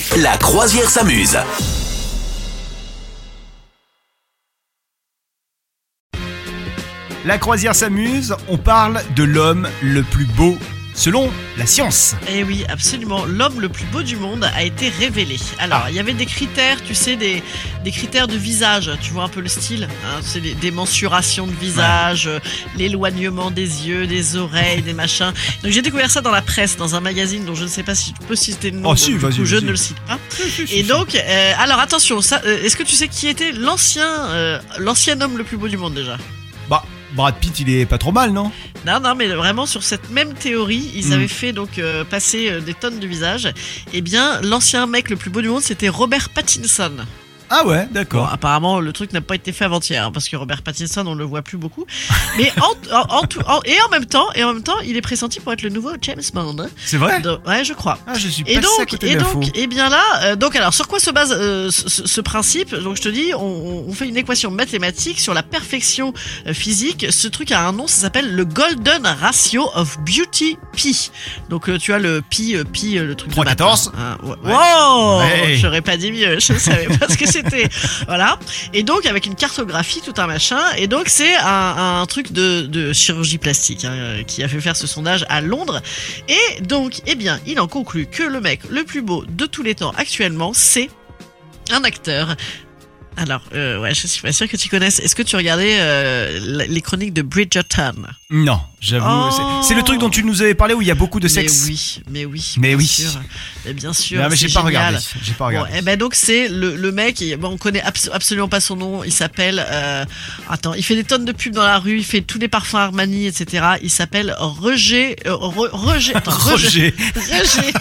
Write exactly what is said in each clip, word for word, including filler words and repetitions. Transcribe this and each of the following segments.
La croisière s'amuse. La croisière s'amuse, on parle de l'homme le plus beau selon la science. Eh oui, absolument. L'homme le plus beau du monde a été révélé. Alors, Ah. il y avait des critères, tu sais, des, des critères de visage. Tu vois un peu le style, hein, c'est des, des mensurations de visage, euh, l'éloignement des yeux, des oreilles, des machins. Donc j'ai découvert ça dans la presse, dans un magazine dont je ne sais pas si je peux citer le nom. Oh, si, donc, vas-y, du coup, je vas-y. ne le cite pas. Si, si, si, Et si. donc, euh, alors attention, ça, euh, est-ce que tu sais qui était l'ancien, euh, l'ancien homme le plus beau du monde déjà ? Bah, Brad Pitt, il est pas trop mal, non ? Non, non, mais vraiment sur cette même théorie, ils Mm. avaient fait donc euh, passer euh, des tonnes de visages. Eh bien, l'ancien mec le plus beau du monde, c'était Robert Pattinson. Ah ouais, Bon, d'accord. apparemment, le truc n'a pas été fait avant-hier, hein, parce que Robert Pattinson, on le voit plus beaucoup. Mais en, en, en tout, en- et en même temps, et en même temps, il est pressenti pour être le nouveau James Bond. C'est vrai ? Donc, ouais, je crois. Ah, je suis Et passé à donc, côté et de l'info. donc, et bien là, euh, donc alors, sur quoi se base euh, ce, ce- ce principe ? Donc, je te dis, on, on fait une équation mathématique sur la perfection euh, physique. Ce truc a un nom, ça s'appelle le Golden Ratio of Beauty Pi. Donc, euh, tu as le pi, euh, pi, euh, le truc de trois maths, quatorze. hein. Ouais. Ouais. Wow, Ouais. j'aurais pas dit mieux. Je savais pas ce que c'était. Voilà. Et donc, avec une cartographie, tout un machin. Et donc, c'est un, un truc de, de chirurgie plastique hein, euh, qui a fait faire ce sondage à Londres. Et donc, eh bien, il en conclut que le mec le plus beau de tous les temps actuellement, c'est un acteur. Alors, euh, ouais, je suis pas sûre que tu connaisses. Est-ce que tu regardais euh, la- les chroniques de Bridgerton ? Non, j'avoue. Oh. c'est- C'est le truc dont tu nous avais parlé où il y a beaucoup de Mais sexe. oui, mais oui, Mais bien oui. sûr. Mais bien sûr. Non, mais j'ai c'est pas génial. regardé. J'ai pas Bon, regardé. eh ben donc c'est le, le mec, et, bon, on connaît abso- absolument pas son nom, il s'appelle, euh, attends, il fait des tonnes de pubs dans la rue, il fait tous les parfums Armani, et cetera. Il s'appelle Roger, euh, Re- Roger, attends, Roger. Roger.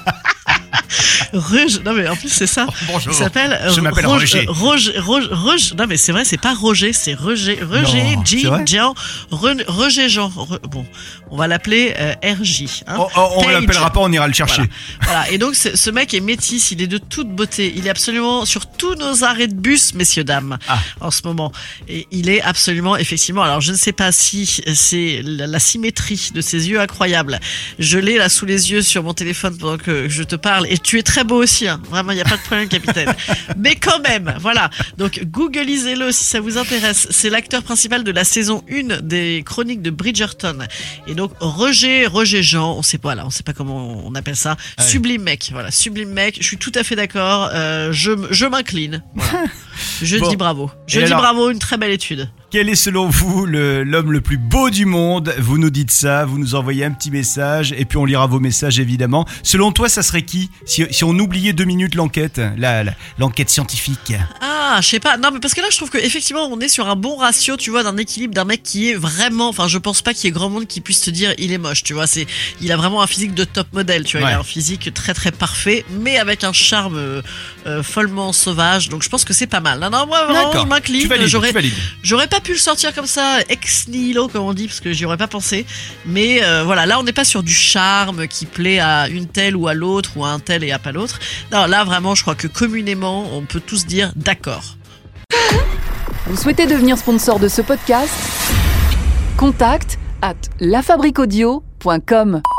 Roger, non mais en plus c'est ça. Bonjour. Il s'appelle euh, Je m'appelle Roge- Roger. euh, Roger, Roger, Roger- non mais c'est vrai, c'est pas Roger, c'est Roger, Roger, Non, c'est Jean, vrai Jean, Ren- Roger Jean. Re- bon, on va l'appeler euh, R J. Hein. Oh, oh, on Page. l'appellera pas, on ira le chercher. Voilà. Voilà. Et donc ce, ce mec est métis, il est de toute beauté, il est absolument sur tous nos arrêts de bus, messieurs dames, Ah. en ce moment. Et il est absolument, effectivement. Alors je ne sais pas si c'est la, la symétrie de ses yeux incroyables. Je l'ai là sous les yeux sur mon téléphone pendant que je te parle. Et tu es très beau aussi. Hein. Vraiment, il n'y a pas de problème, capitaine. Mais quand même, voilà. Donc googlisez-le si ça vous intéresse. C'est l'acteur principal de la saison un des chroniques de Bridgerton. Et donc Roger, Roger Jean, on sait pas là, on sait pas comment on appelle ça. Ouais. Sublime mec, voilà, sublime mec. Je suis tout à fait d'accord. Euh, je m- je m'incline. Voilà. Je Bon. dis bravo. Je Et dis alors bravo, une très belle étude. Quel est selon vous le- l'homme le plus beau du monde ? Vous nous dites ça, vous nous envoyez un petit message et puis on lira vos messages évidemment. Selon toi, ça serait qui ? si, si on oubliait deux minutes l'enquête, la- la- l'enquête scientifique. Ah, je sais pas. Non, mais parce que là, je trouve que effectivement, on est sur un bon ratio, tu vois, d'un équilibre d'un mec qui est vraiment. Enfin, je pense pas qu'il y ait grand monde qui puisse te dire il est moche, tu vois. C'est, il a vraiment un physique de top modèle, tu vois. Ouais. Il a un physique très très parfait, mais avec un charme euh, euh, follement sauvage. Donc, je pense que c'est pas mal. Non, non, moi vraiment, D'accord. je m'incline. Tu valides, J'aurais, tu valides. j'aurais pas pu le sortir comme ça ex nihilo, comme on dit, parce que j'y aurais pas pensé. Mais euh, voilà, là, on n'est pas sur du charme qui plaît à une telle ou à l'autre, ou à un tel et à pas l'autre. Non, là, vraiment, je crois que communément, on peut tous dire d'accord. Vous souhaitez devenir sponsor de ce podcast ? Contact à la fabrique audio point com.